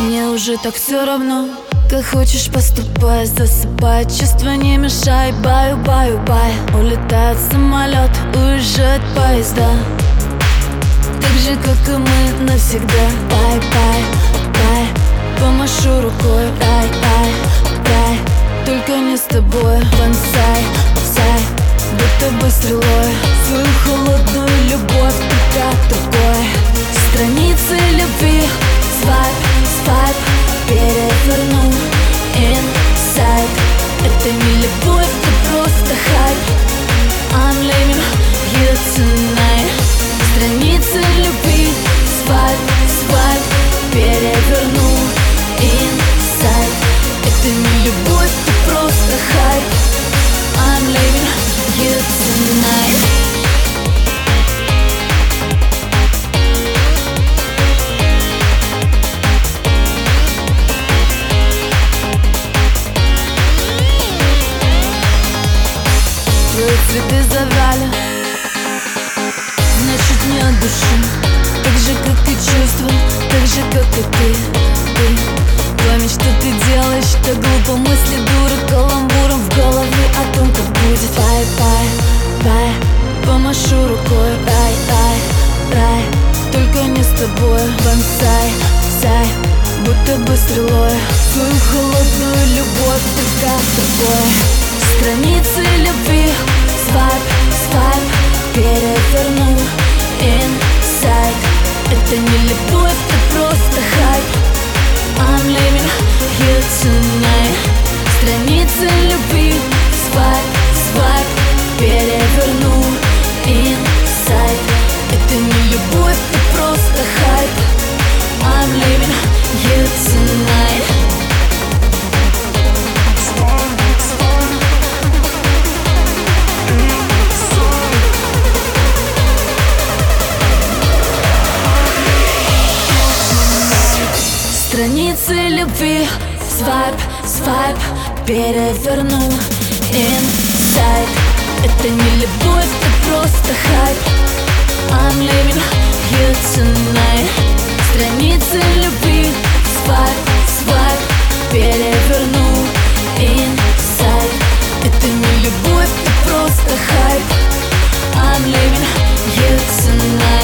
Мне уже так все равно, как хочешь поступай. Засыпай, чувства не мешай. Баю, баю, бай. Улетает самолет, уезжают поезда, так же, как и мы навсегда. Бай, бай, бай. Помашу рукой, рай, рай, рай. Только не с тобой. Бонсай, сай, будто бы стрелой. Свою холодную любовь ты как другой. Страницы любви, свайп, свайп, переверну. Inside. Это не любовь, это просто хайп. I'm leaving you tonight. Страницы любви, свайп, свайп, переверну. Inside. Это не любовь, это просто хайп. I'm leaving you tonight. Твои цветы завяли, значит не от души. Так же, как и чувства, так же, как и ты. Память, что ты делаешь, так глупо. Мысли дуры каламбуром в голове о том, как будет. Бай, бай, бай. Помашу рукой, рай, рай, рай. Только не с тобой. Бонсай, сай, будто бы стрелой. Свою холодную любовь ты как другой. Страницы любви, свайп, свайп, переверну. Inside. Это не любовь, это просто хайп. I'm leaving you tonight. Страницы любви, свайп, свайп, переверну. Inside. Это не любовь, это просто хайп. I'm leaving you tonight. Страницы любви, свайп, свайп, переверну. Inside. Это не любовь, это просто хайп. I'm leaving you tonight. Страницы любви, свайп, свайп, переверну. Inside. Это не любовь, это просто хайп. I'm leaving you tonight.